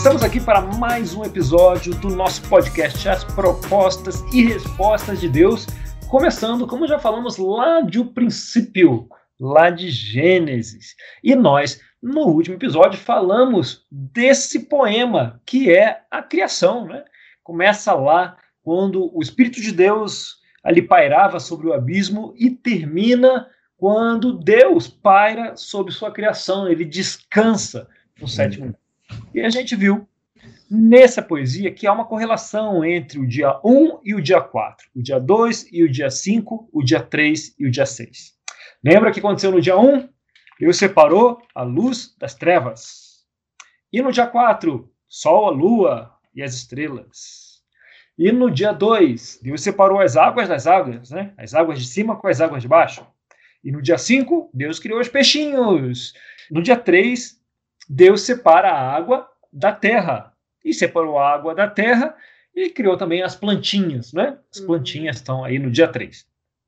Estamos aqui para mais um episódio do nosso podcast As Propostas e Respostas de Deus, começando, como já falamos, lá do princípio, lá de Gênesis. E nós, no último episódio, falamos desse poema, que é a criação, né? Começa lá, quando o Espírito de Deus ali pairava sobre o abismo e termina quando Deus paira sobre sua criação, ele descansa no sétimo dia. E a gente viu nessa poesia que há uma correlação entre o dia 1 e o dia 4, o dia 2 e o dia 5, o dia 3 e o dia 6. Lembra o que aconteceu no dia 1? Deus separou a luz das trevas. E no dia 4, sol, a lua e as estrelas. E no dia 2, Deus separou as águas das águas, né? As águas de cima com as águas de baixo. E no dia 5, Deus criou os peixinhos. No dia 3, Deus separa a água da terra. E separou a água da terra e criou também as plantinhas, né? As plantinhas estão aí no dia 3.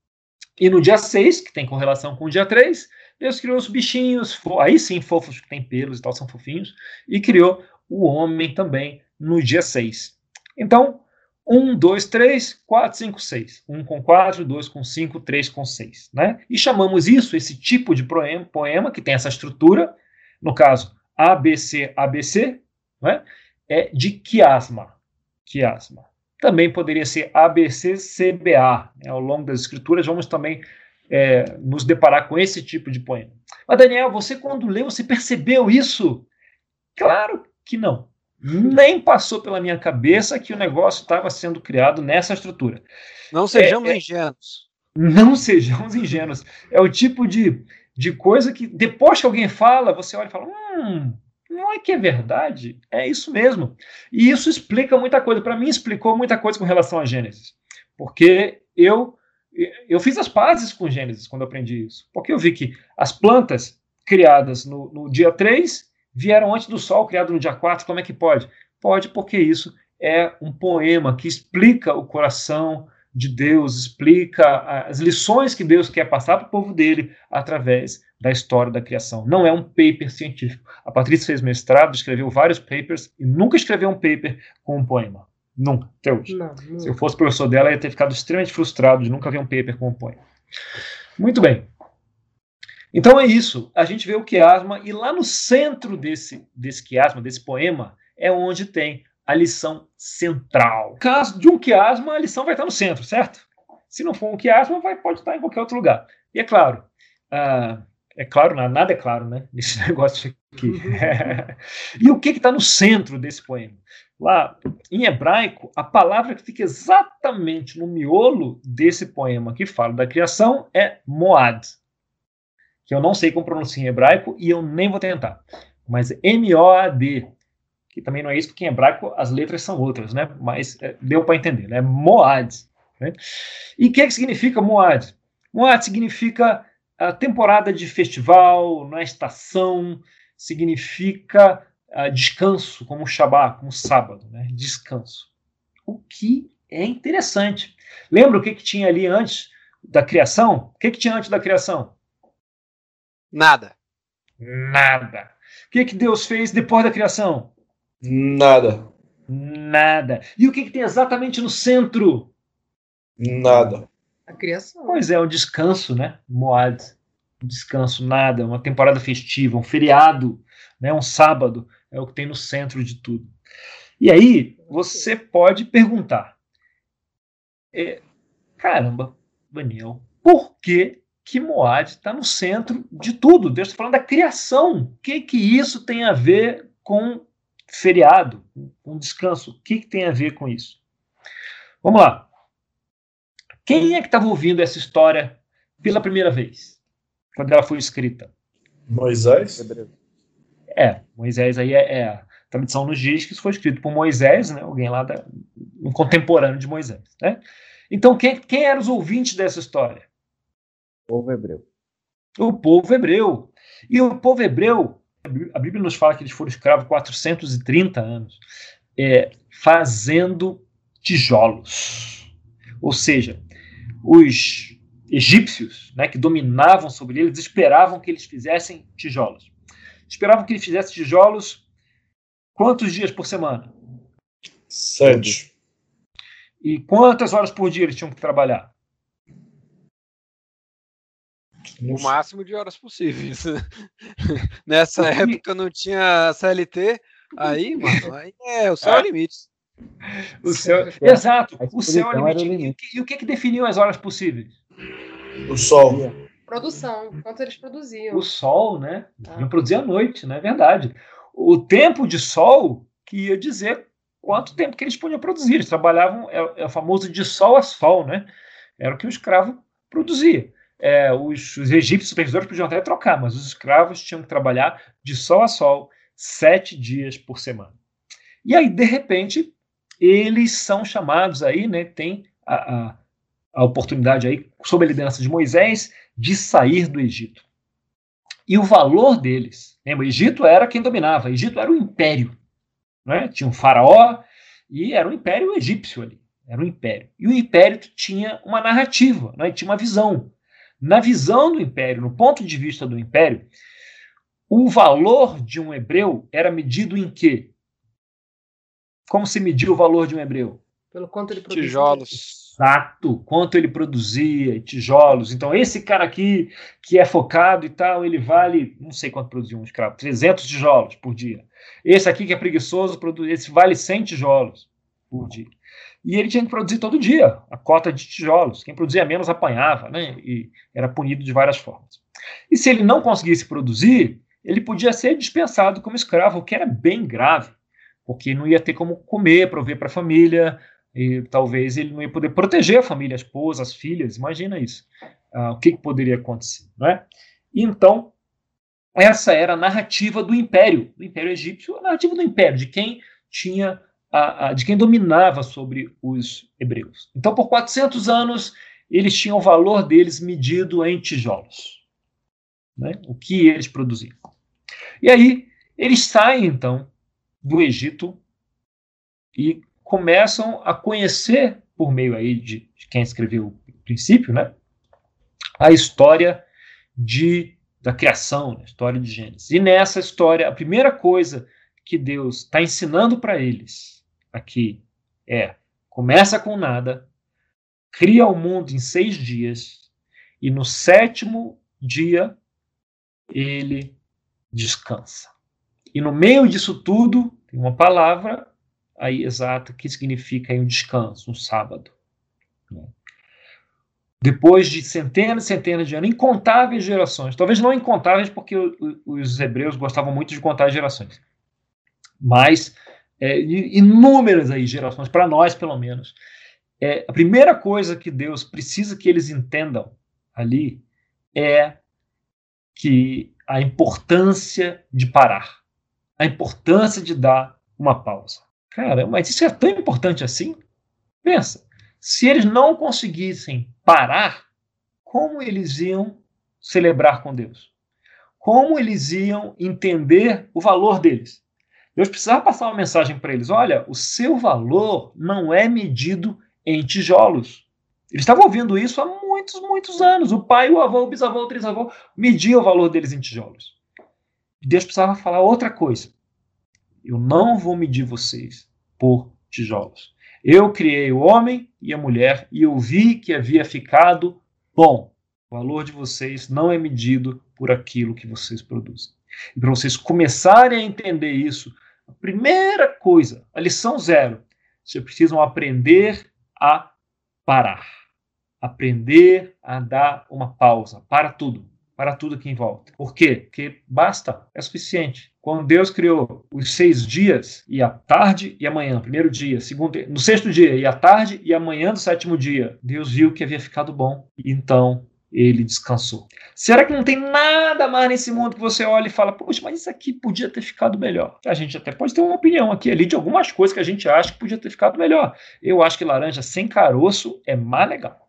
E no dia 6, que tem correlação com o dia 3, Deus criou os bichinhos, aí sim, fofos, que tem pelos e tal, são fofinhos, e criou o homem também no dia 6. Então, 1, 2, 3, 4, 5, 6. 1 com 4, 2 com 5, 3 com 6. Né? E chamamos isso, esse tipo de poema, que tem essa estrutura, no caso, ABC, ABC, né? É de quiasma. Quiasma. Também poderia ser ABCCBA. Né? Ao longo das escrituras, vamos também nos deparar com esse tipo de poema. Mas, Daniel, você quando leu, você percebeu isso? Claro que não. Nem passou pela minha cabeça que o negócio estava sendo criado nessa estrutura. Não sejamos ingênuos. Não sejamos ingênuos. É o tipo de coisa que, depois que alguém fala, você olha e fala, não é que é verdade? É isso mesmo. E isso explica muita coisa. Para mim, explicou muita coisa com relação a Gênesis. Porque eu fiz as pazes com Gênesis quando eu aprendi isso. Porque eu vi que as plantas criadas no dia 3 vieram antes do Sol, criado no dia 4. Como é que pode? Pode porque isso é um poema que explica o coração de Deus, explica as lições que Deus quer passar para o povo dele através da história da criação. Não é um paper científico. A Patrícia fez mestrado, escreveu vários papers e nunca escreveu um paper com um poema. Nunca, até hoje. Não. Se eu fosse professor dela, eu ia ter ficado extremamente frustrado de nunca ver um paper com um poema. Muito bem. Então é isso. A gente vê o quiasma e lá no centro desse quiasma, desse poema, é onde tem a lição central. No caso de um quiasma, a lição vai estar no centro, certo? Se não for um quiasma, pode estar em qualquer outro lugar. E é claro, nada é claro, né? Nesse negócio aqui. E o que está no centro desse poema? Lá, em hebraico, a palavra que fica exatamente no miolo desse poema que fala da criação é Moad, que eu não sei como pronuncia em hebraico e eu nem vou tentar. Mas M-O-A-D, que também não é isso, porque em hebraico as letras são outras, né? Mas deu para entender, né? Moad. Né? E o que significa Moad? Moad significa a temporada de festival, na estação, significa descanso, como o Shabbat, como o sábado, né? Descanso. O que é interessante. Lembra o que tinha ali antes da criação? O que tinha antes da criação? Nada. O que Deus fez depois da criação? Nada. E o que tem exatamente no centro? Nada. A criação. Pois é, o descanso, né? Moad. Um descanso, nada. Uma temporada festiva, um feriado, né? Um sábado. É o que tem no centro de tudo. E aí, você pode perguntar, caramba, Daniel, por que Moad está no centro de tudo? Deus está falando da criação. O que isso tem a ver com feriado, com descanso? O que tem a ver com isso? Vamos lá. Quem é que estava ouvindo essa história pela primeira vez, quando ela foi escrita? Moisés? Moisés aí a tradição nos diz que isso foi escrito por Moisés, né? Alguém lá um contemporâneo de Moisés. Né? Então, quem eram os ouvintes dessa história? O povo hebreu. O povo hebreu. E o povo hebreu, a Bíblia nos fala que eles foram escravos 430 anos, fazendo tijolos. Ou seja, os egípcios, né, que dominavam sobre eles, esperavam que eles fizessem tijolos. Esperavam que eles fizessem tijolos Quantos dias por semana? 7. E quantas horas por dia eles tinham que trabalhar? O máximo de horas possíveis. Nessa época não tinha CLT, aí, mano, aí o céu é o limite. Exato, o céu é o limite. E o que definiu as horas possíveis? O sol. Produção, quanto eles produziam. O sol, né? Iam produzir à noite, não é verdade? O tempo de sol que ia dizer quanto tempo que eles podiam produzir. Eles trabalhavam, é o famoso de sol a sol, né? Era o que o escravo produzia. Os egípcios supervisores podiam até trocar, mas os escravos tinham que trabalhar de sol a sol 7 dias por semana. E aí, de repente, eles são chamados aí, né? Tem a oportunidade aí, sob a liderança de Moisés, de sair do Egito. E o valor deles, lembra, o Egito era quem dominava, o Egito era o império, né? Tinha um faraó e era um império egípcio ali, era um império. E o império tinha uma narrativa, né? Tinha uma visão. Na visão do império, no ponto de vista do império, o valor de um hebreu era medido em quê? Como se media o valor de um hebreu? Pelo quanto ele produzia. Tijolos. Exato, quanto ele produzia, tijolos. Então, esse cara aqui, que é focado e tal, ele vale, não sei quanto produzia um escravo, 300 tijolos por dia. Esse aqui, que é preguiçoso, esse vale 100 tijolos por dia. E ele tinha que produzir todo dia a cota de tijolos. Quem produzia menos apanhava, né? E era punido de várias formas. E se ele não conseguisse produzir, ele podia ser dispensado como escravo, o que era bem grave, porque não ia ter como comer, prover para a família, e talvez ele não ia poder proteger a família, a esposa, as filhas. Imagina isso. O que poderia acontecer, não é? Então, essa era a narrativa do império egípcio, a narrativa do império, de quem tinha, de quem dominava sobre os hebreus. Então, por 400 anos, eles tinham o valor deles medido em tijolos, né? O que eles produziam. E aí, eles saem, então, do Egito e começam a conhecer, por meio aí de quem escreveu o princípio, né, a história da criação, a história de Gênesis. E nessa história, a primeira coisa que Deus está ensinando para eles aqui começa com nada, cria o mundo em 6 dias, e no 7º dia ele descansa. E no meio disso tudo, tem uma palavra aí exata que significa aí um descanso, um sábado. Depois de centenas e centenas de anos, incontáveis gerações, talvez não incontáveis porque os hebreus gostavam muito de contar gerações, mas inúmeras aí gerações, para nós pelo menos, a primeira coisa que Deus precisa que eles entendam ali é que a importância de parar, a importância de dar uma pausa. Cara, mas isso é tão importante assim? Pensa, se eles não conseguissem parar, como eles iam celebrar com Deus? Como eles iam entender o valor deles? Deus precisava passar uma mensagem para eles. Olha, o seu valor não é medido em tijolos. Eles estavam ouvindo isso há muitos, muitos anos. O pai, o avô, o bisavô, o trisavô mediam o valor deles em tijolos. Deus precisava falar outra coisa. Eu não vou medir vocês por tijolos. Eu criei o homem e a mulher e eu vi que havia ficado bom. O valor de vocês não é medido por aquilo que vocês produzem. E para vocês começarem a entender isso, a primeira coisa, a lição 0, vocês precisam aprender a parar. Aprender a dar uma pausa para tudo aqui em volta. Por quê? Porque basta, é suficiente. Quando Deus criou os 6 dias, e a tarde e a manhã, primeiro dia, segundo, no 6º dia, e a tarde e a manhã do 7º dia, Deus viu que havia ficado bom, e então ele descansou. Será que não tem nada mais nesse mundo que você olha e fala, poxa, mas isso aqui podia ter ficado melhor? A gente até pode ter uma opinião aqui ali de algumas coisas que a gente acha que podia ter ficado melhor. Eu acho que laranja sem caroço é mais legal.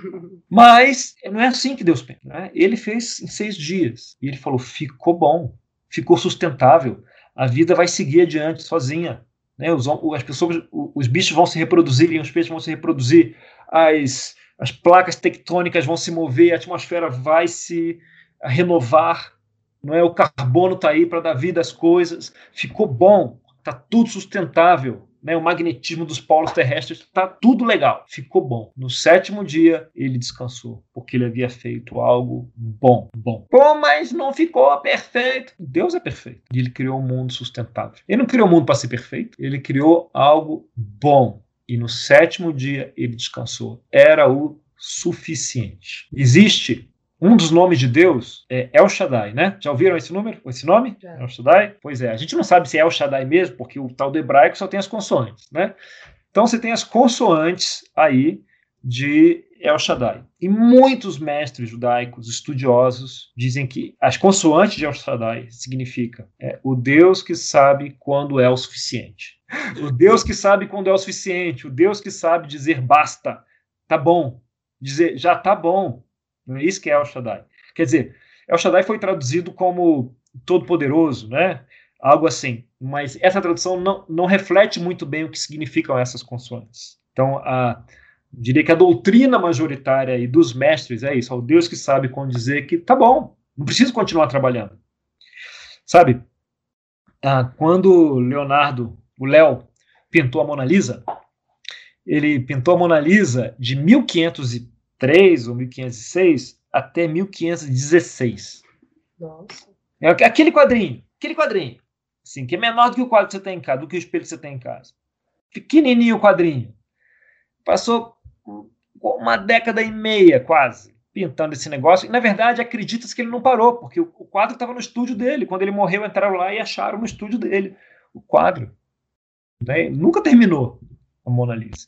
Mas não é assim que Deus pensa, né? Ele fez em 6 dias. E ele falou, ficou bom, ficou sustentável. A vida vai seguir adiante sozinha. Né? As pessoas, os bichos vão se reproduzir, os peixes vão se reproduzir, as placas tectônicas vão se mover, a atmosfera vai se renovar, não é? O carbono está aí para dar vida às coisas. Ficou bom. está tudo sustentável, né? O magnetismo dos polos terrestres está tudo legal, ficou bom. No 7º dia, ele descansou, porque ele havia feito algo bom. Pô, mas não ficou perfeito. Deus é perfeito. E ele criou um mundo sustentável. Ele não criou o mundo para ser perfeito, ele criou algo bom. E no 7º dia, ele descansou. Era o suficiente. Existe um dos nomes de Deus, é El Shaddai, né? Já ouviram esse nome? Já. El Shaddai? Pois é, a gente não sabe se é El Shaddai mesmo, porque o tal do hebraico só tem as consoantes, né? Então você tem as consoantes aí de El Shaddai. E muitos mestres judaicos, estudiosos, dizem que as consoantes de El Shaddai significa o Deus que sabe quando é o suficiente. O Deus que sabe quando é o suficiente. O Deus que sabe dizer basta, tá bom. Dizer já tá bom. Não é isso que é El Shaddai. Quer dizer, El Shaddai foi traduzido como todo-poderoso, né? Algo assim. Mas essa tradução não reflete muito bem o que significam essas consoantes. Então, diria que a doutrina majoritária aí dos mestres é isso. É o Deus que sabe quando dizer que tá bom, não preciso continuar trabalhando. Sabe? Quando o Léo, pintou a Mona Lisa, ele pintou a Mona Lisa de 1503 ou 1506 até 1516. Nossa. É aquele quadrinho, assim, que é menor do que o quadro que você tem em casa, do que o espelho que você tem em casa. Pequenininho o quadrinho. Passou 1,5 décadas quase pintando esse negócio. E, na verdade, acredita-se que ele não parou, porque o quadro estava no estúdio dele. Quando ele morreu, entraram lá e acharam no estúdio dele o quadro. Né? Nunca terminou a Mona Lisa.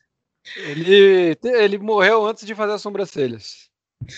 Ele morreu antes de fazer as sobrancelhas.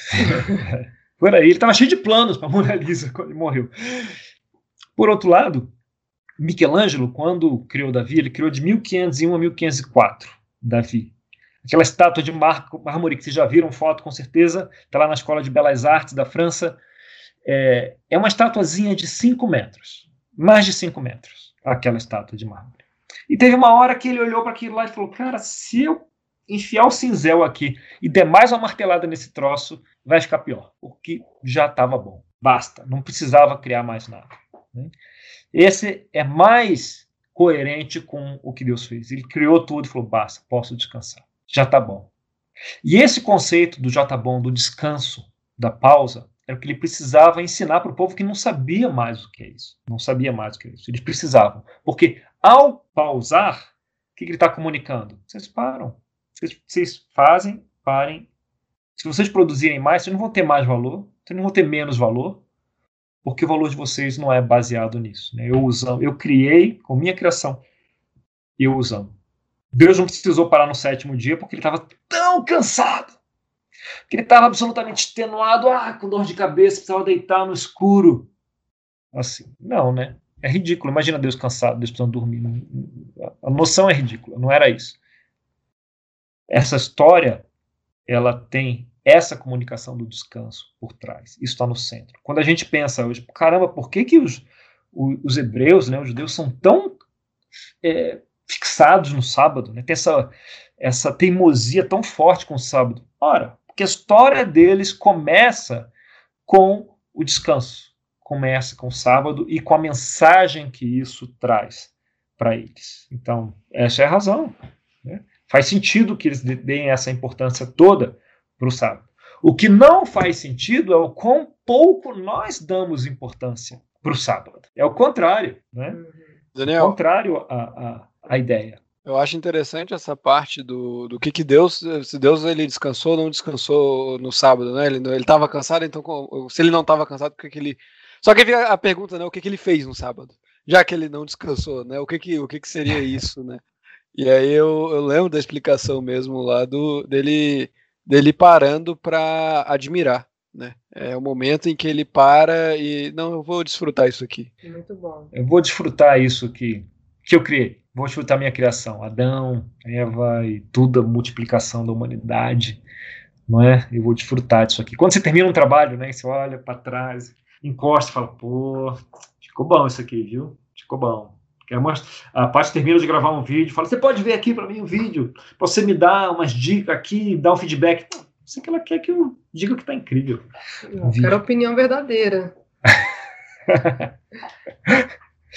Por aí, ele estava cheio de planos para a Mona Lisa quando ele morreu. Por outro lado, Michelangelo, quando criou Davi, ele criou de 1501 a 1504, Davi. Aquela estátua de mármore que vocês já viram foto, com certeza, está lá na Escola de Belas Artes da França. É uma estatuazinha de 5 metros, mais de 5 metros, aquela estátua de mármore. E teve uma hora que ele olhou para aquilo lá e falou, cara, se eu enfiar o cinzel aqui e der mais uma martelada nesse troço, vai ficar pior, porque já estava bom. Basta, não precisava criar mais nada. Né? Esse é mais coerente com o que Deus fez. Ele criou tudo e falou, basta, posso descansar. Já está bom. E esse conceito do já está bom, do descanso, da pausa, era o que ele precisava ensinar para o povo que não sabia mais o que é isso. Não sabia mais o que é isso. Eles precisavam. Porque ao pausar, o que ele está comunicando? Vocês param. Vocês fazem, parem. Se vocês produzirem mais, vocês não vão ter mais valor, vocês não vão ter menos valor, porque o valor de vocês não é baseado nisso. Né? Eu criei com minha criação. Eu os amo. Deus não precisou parar no 7º dia porque ele estava tão cansado, que ele estava absolutamente extenuado, com dor de cabeça, precisava deitar no escuro. Assim, não, né? É ridículo. Imagina Deus cansado, Deus precisando dormir. A noção é ridícula, não era isso. Essa história, ela tem essa comunicação do descanso por trás. Isso está no centro. Quando a gente pensa hoje, caramba, por que os hebreus, né, os judeus, são tão fixados no sábado, né? Tem essa teimosia tão forte com o sábado. Ora, porque a história deles começa com o descanso, começa com o sábado e com a mensagem que isso traz para eles. Então, essa é a razão. Né? Faz sentido que eles deem essa importância toda para o sábado. O que não faz sentido é o quão pouco nós damos importância para o sábado. É o contrário, né? Daniel, o contrário à ideia. Eu acho interessante essa parte do que Deus, se Deus ele descansou ou não descansou no sábado, né? Ele estava cansado, então se ele não estava cansado, por que ele... Só que fica a pergunta, né? O que ele fez no sábado? Já que ele não descansou, né? O que seria isso, né? E aí eu lembro da explicação mesmo lá dele parando para admirar, né? É o momento em que ele para e não, eu vou desfrutar isso aqui. Muito bom. Eu vou desfrutar isso que eu criei. Vou desfrutar minha criação, Adão, Eva e toda a multiplicação da humanidade, não é? Eu vou desfrutar disso aqui. Quando você termina um trabalho, né, você olha para trás, encosta e fala, pô, ficou bom isso aqui, viu? Ficou bom. A parte termina de gravar um vídeo, fala, você pode ver aqui para mim um vídeo, para você me dar umas dicas aqui, dar um feedback. Sei que ela quer que eu diga que tá incrível. Eu quero a opinião verdadeira.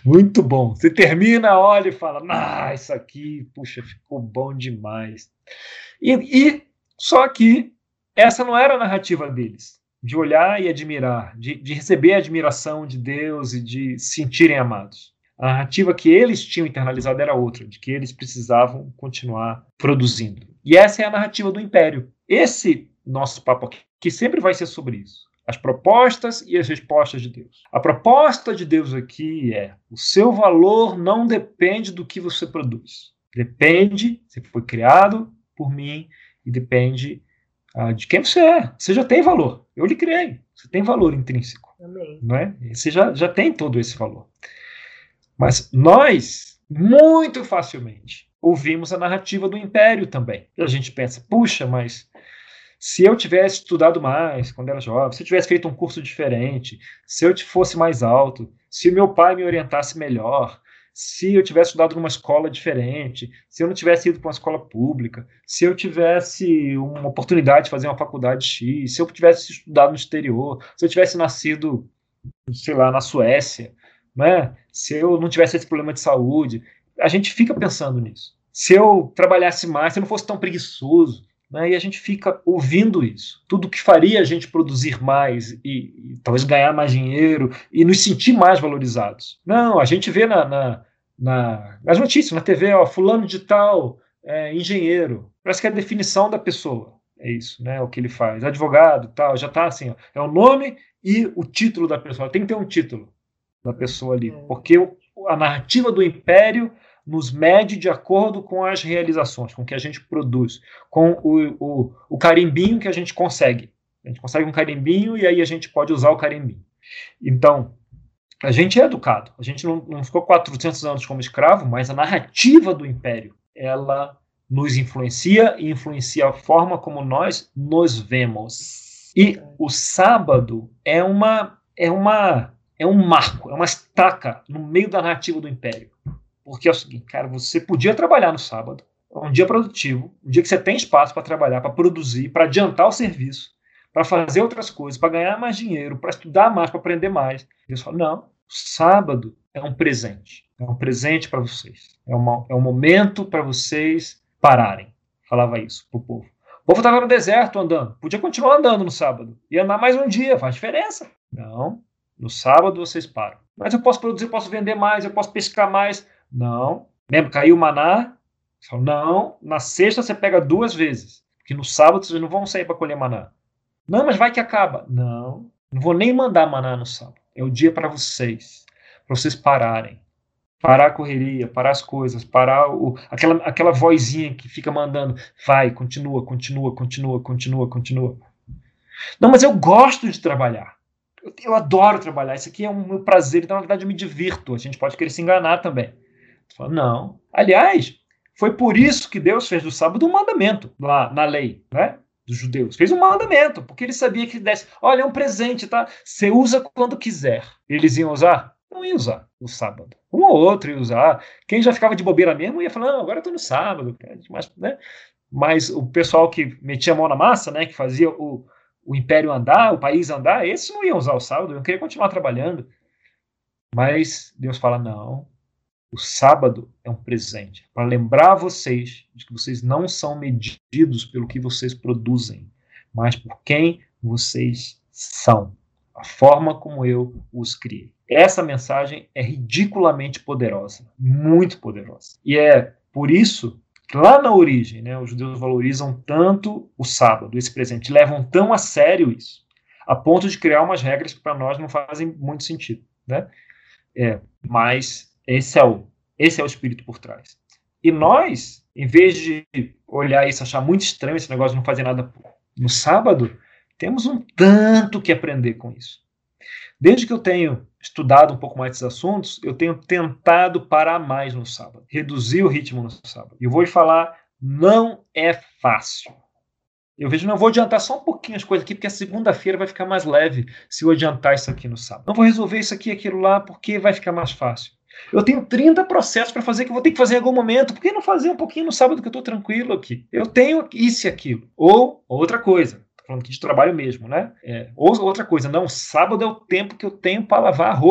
Muito bom. Você termina, olha e fala, isso aqui, puxa, ficou bom demais. E só que essa não era a narrativa deles, de olhar e admirar, de receber a admiração de Deus e de se sentirem amados. A narrativa que eles tinham internalizado era outra, de que eles precisavam continuar produzindo. E essa é a narrativa do império. Esse nosso papo aqui, que sempre vai ser sobre isso. As propostas e as respostas de Deus. A proposta de Deus aqui é: o seu valor não depende do que você produz. Depende, você foi criado por mim, e depende de quem você é. Você já tem valor. Eu lhe criei. Você tem valor intrínseco. Amém. Não é? Você já tem todo esse valor. Mas nós, muito facilmente, ouvimos a narrativa do império também. E a gente pensa, puxa, mas se eu tivesse estudado mais quando era jovem, se eu tivesse feito um curso diferente, se eu fosse mais alto, se meu pai me orientasse melhor, se eu tivesse estudado numa escola diferente, se eu não tivesse ido para uma escola pública, se eu tivesse uma oportunidade de fazer uma faculdade X, se eu tivesse estudado no exterior, se eu tivesse nascido, sei lá, na Suécia, né? Se eu não tivesse esse problema de saúde, a gente fica pensando nisso. Se eu trabalhasse mais, se eu não fosse tão preguiçoso, né? E a gente fica ouvindo isso. Tudo que faria a gente produzir mais e talvez ganhar mais dinheiro e nos sentir mais valorizados. Não, a gente vê nas notícias, na TV, fulano de tal, engenheiro. Parece que é a definição da pessoa. É isso, né? O que ele faz. Advogado, tal, já está assim, é o nome e o título da pessoa. Tem que ter um título da pessoa ali, porque a narrativa do império nos mede de acordo com as realizações, com o que a gente produz, com o carimbinho que a gente consegue. A gente consegue um carimbinho e aí a gente pode usar o carimbinho. Então, a gente é educado. A gente não ficou 400 anos como escravo, mas a narrativa do império, ela nos influencia e influencia a forma como nós nos vemos. E o sábado é um marco, é uma estaca no meio da narrativa do império. Porque é o seguinte, cara, você podia trabalhar no sábado, é um dia produtivo, um dia que você tem espaço para trabalhar, para produzir, para adiantar o serviço, para fazer outras coisas, para ganhar mais dinheiro, para estudar mais, para aprender mais. E Deus fala, não, o sábado é um presente para vocês. É um momento para vocês pararem. Falava isso pro povo. O povo estava no deserto andando, podia continuar andando no sábado, e andar mais um dia, faz diferença. Não, no sábado vocês param. Mas eu posso produzir, eu posso vender mais, eu posso pescar mais. Não. Lembra, caiu o maná? Não. Na sexta você pega 2 vezes. Porque no sábado vocês não vão sair para colher maná. Não, mas vai que acaba. Não. Não vou nem mandar maná no sábado. É o dia para vocês. Para vocês pararem. Parar a correria, parar as coisas, parar aquela vozinha que fica mandando. Vai, continua. Não, mas eu gosto de trabalhar. Eu adoro trabalhar. Isso aqui é um meu prazer. Então, na verdade, eu me divirto. A gente pode querer se enganar também. Não. Aliás, foi por isso que Deus fez do sábado um mandamento lá na lei, né, dos judeus. Fez um mandamento, porque ele sabia que desse. Olha, é um presente, tá? Você usa quando quiser. Eles iam usar? Não ia usar no sábado. Um ou outro ia usar. Quem já ficava de bobeira mesmo ia falar, não, agora eu tô no sábado. Mas o pessoal que metia a mão na massa, né, que fazia o império andar, o país andar, esses não iam usar o sábado, eu queria continuar trabalhando. Mas Deus fala, não, o sábado é um presente, para lembrar vocês de que vocês não são medidos pelo que vocês produzem, mas por quem vocês são, a forma como eu os criei. Essa mensagem é ridiculamente poderosa, muito poderosa. E é por isso que lá na origem, né, os judeus valorizam tanto o sábado, esse presente, levam tão a sério isso, a ponto de criar umas regras que para nós não fazem muito sentido, né? Mas esse é o espírito por trás. E nós, em vez de olhar isso, achar muito estranho esse negócio de não fazer nada no sábado, temos um tanto que aprender com isso. Desde que eu tenho estudado um pouco mais desses assuntos, eu tenho tentado parar mais no sábado, reduzir o ritmo no sábado. E eu vou lhe falar, não é fácil. Eu vejo, não vou adiantar só um pouquinho as coisas aqui, porque a segunda-feira vai ficar mais leve se eu adiantar isso aqui no sábado. Não vou resolver isso aqui e aquilo lá, porque vai ficar mais fácil. Eu tenho 30 processos para fazer que eu vou ter que fazer em algum momento. Por que não fazer um pouquinho no sábado que eu estou tranquilo aqui? Eu tenho isso e aquilo. Ou outra coisa. Estou falando aqui de trabalho mesmo, né? Ou outra coisa. Não, sábado é o tempo que eu tenho para lavar a roupa.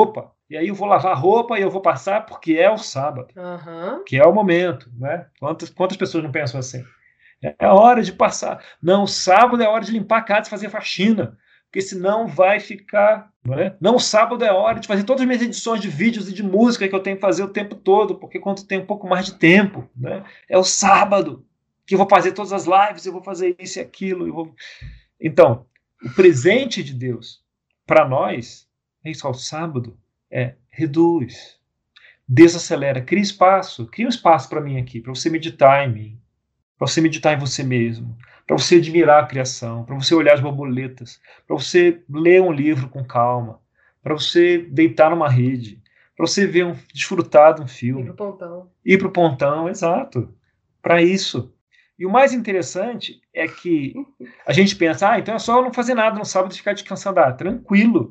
E aí eu vou lavar roupa e eu vou passar porque é o sábado, Aham. que é o momento, né? Quantas pessoas não pensam assim? É hora de passar. Não, sábado é hora de limpar a casa e fazer faxina, porque senão vai ficar... Não, sábado é hora de fazer todas as minhas edições de vídeos e de música que eu tenho que fazer o tempo todo, porque quando tem um pouco mais de tempo, né? É o sábado que eu vou fazer todas as lives, eu vou fazer isso e aquilo. Então, o presente de Deus para nós, é isso, ao sábado, reduz, desacelera, cria um espaço para mim aqui, para você meditar em mim, para você meditar em você mesmo, para você admirar a criação, para você olhar as borboletas, para você ler um livro com calma, para você deitar numa rede, para você desfrutar de um filme. Ir pro pontão. Ir pro pontão, exato. Para isso. E o mais interessante é que a gente pensa, então é só eu não fazer nada no sábado e ficar descansando. Tranquilo.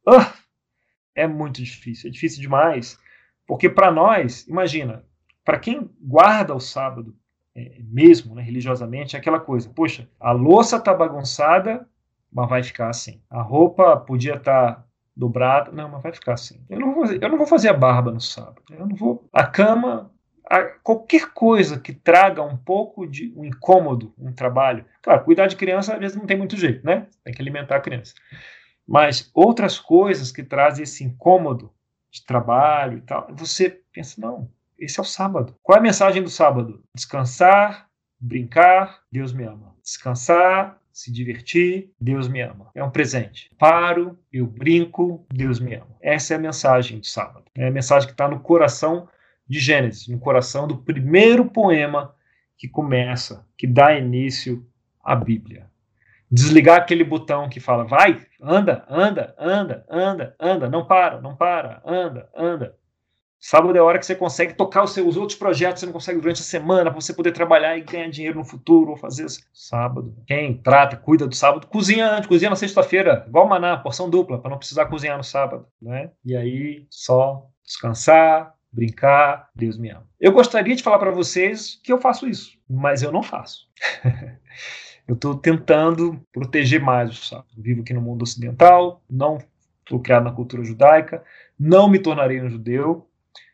É muito difícil, é difícil demais. Porque para nós, imagina, para quem guarda o sábado, mesmo, né, religiosamente, é aquela coisa, poxa, a louça tá bagunçada, mas vai ficar assim. A roupa podia estar dobrada, não, mas vai ficar assim. Eu não vou fazer a barba no sábado. Eu não vou. A cama, qualquer coisa que traga um pouco de um incômodo, um trabalho. Claro, cuidar de criança às vezes não tem muito jeito, né? Tem que alimentar a criança. Mas outras coisas que trazem esse incômodo de trabalho e tal, você pensa, não, esse é o sábado. Qual é a mensagem do sábado? Descansar, brincar, Deus me ama. Descansar, se divertir, Deus me ama. É um presente. Paro, eu brinco, Deus me ama. Essa é a mensagem do sábado. É a mensagem que está no coração de Gênesis, no coração do primeiro poema que começa, que dá início à Bíblia. Desligar aquele botão que fala, vai, anda, anda, anda, anda, anda, não para, anda. Sábado é a hora que você consegue tocar os outros projetos que você não consegue durante a semana, para você poder trabalhar e ganhar dinheiro no futuro, ou fazer sábado. Quem cuida do sábado, cozinha antes, cozinha na sexta-feira, igual maná, porção dupla, para não precisar cozinhar no sábado, né? E aí, só descansar, brincar, Deus me ama. Eu gostaria de falar para vocês que eu faço isso, mas eu não faço. Eu estou tentando proteger mais o sábado. Vivo aqui no mundo ocidental, não fui criado na cultura judaica, não me tornarei um judeu,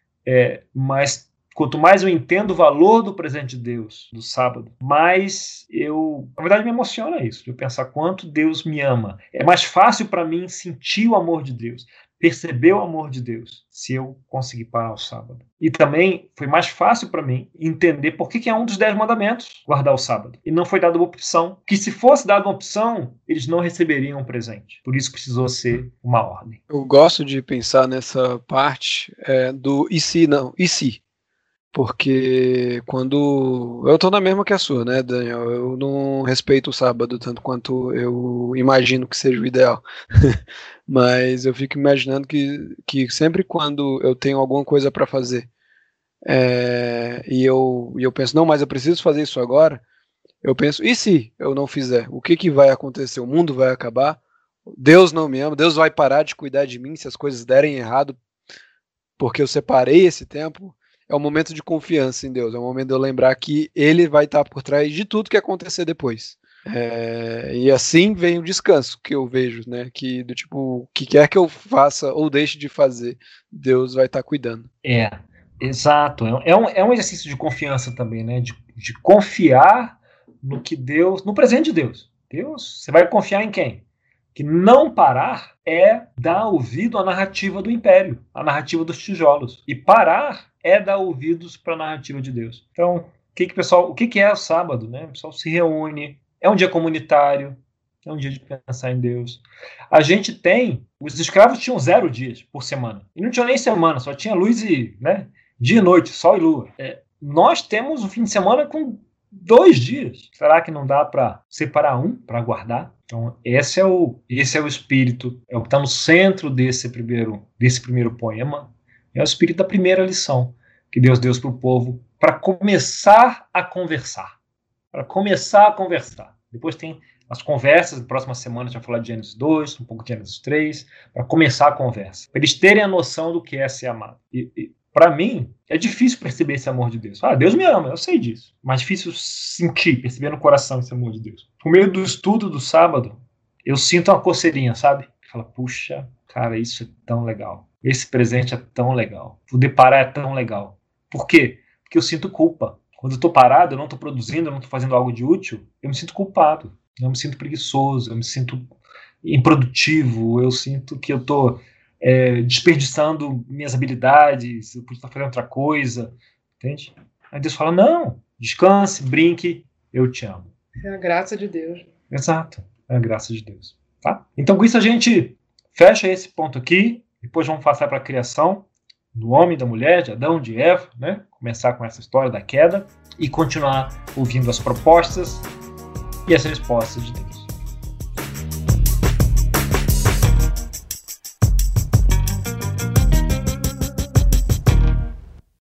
mas quanto mais eu entendo o valor do presente de Deus, do sábado, mais na verdade me emociona isso, de eu pensar quanto Deus me ama. É mais fácil para mim sentir o amor de Deus, perceber o amor de Deus, se eu conseguir parar o sábado. E também foi mais fácil para mim entender por que é um dos 10 mandamentos guardar o sábado. E não foi dada uma opção, que se fosse dada uma opção, eles não receberiam um presente. Por isso precisou ser uma ordem. Eu gosto de pensar nessa parte do e se, não, e se. Porque quando... Eu tô na mesma que a sua, né, Daniel? Eu não respeito o sábado tanto quanto eu imagino que seja o ideal. Mas eu fico imaginando que sempre quando eu tenho alguma coisa para fazer e eu penso, não, mas eu preciso fazer isso agora, eu penso, e se eu não fizer? O que vai acontecer? O mundo vai acabar? Deus não me ama? Deus vai parar de cuidar de mim se as coisas derem errado porque eu separei esse tempo? É um momento de confiança em Deus, é um momento de eu lembrar que Ele vai estar por trás de tudo que acontecer depois. E assim vem o descanso que eu vejo, né? Que do tipo, o que quer que eu faça ou deixe de fazer, Deus vai estar cuidando. Exato. É um exercício de confiança também, né? De confiar no que Deus, no presente de Deus. Deus, você vai confiar em quem? Que não parar é dar ouvido à narrativa do império, à narrativa dos tijolos. E parar é dar ouvidos para a narrativa de Deus. Então, o que é o sábado? Né? O pessoal se reúne, é um dia comunitário, é um dia de pensar em Deus. Os escravos tinham 0 dias por semana. E não tinha nem semana, só tinha luz e, né, dia e noite, sol e lua. Nós temos um fim de semana com 2 dias. Será que não dá para separar um, para guardar? Então, esse é o espírito, é o que está no centro desse primeiro poema, é o espírito da primeira lição que Deus deu para o povo para começar a conversar. Depois tem as conversas, na próxima semana a gente vai falar de Gênesis 2, um pouco de Gênesis 3, para começar a conversa, para eles terem a noção do que é ser amado. E para mim, é difícil perceber esse amor de Deus. Deus me ama, eu sei disso. Mas difícil sentir, perceber no coração esse amor de Deus. Por meio do estudo do sábado, eu sinto uma coceirinha, sabe? Fala, puxa, cara, isso é tão legal. esse presente é tão legal. Poder parar é tão legal. Por quê? Porque eu sinto culpa. Quando eu estou parado, eu não estou produzindo, eu não estou fazendo algo de útil, eu me sinto culpado. Eu me sinto preguiçoso, eu me sinto improdutivo, eu sinto que eu estou desperdiçando minhas habilidades, eu podia estar fazendo outra coisa, entende? Aí Deus fala, não, descanse, brinque, eu te amo. É a graça de Deus. Exato, é a graça de Deus. Tá? Então com isso a gente fecha esse ponto aqui, depois vamos passar para a criação do homem, da mulher, de Adão, de Eva, né? Começar com essa história da queda e continuar ouvindo as propostas e as respostas de Deus.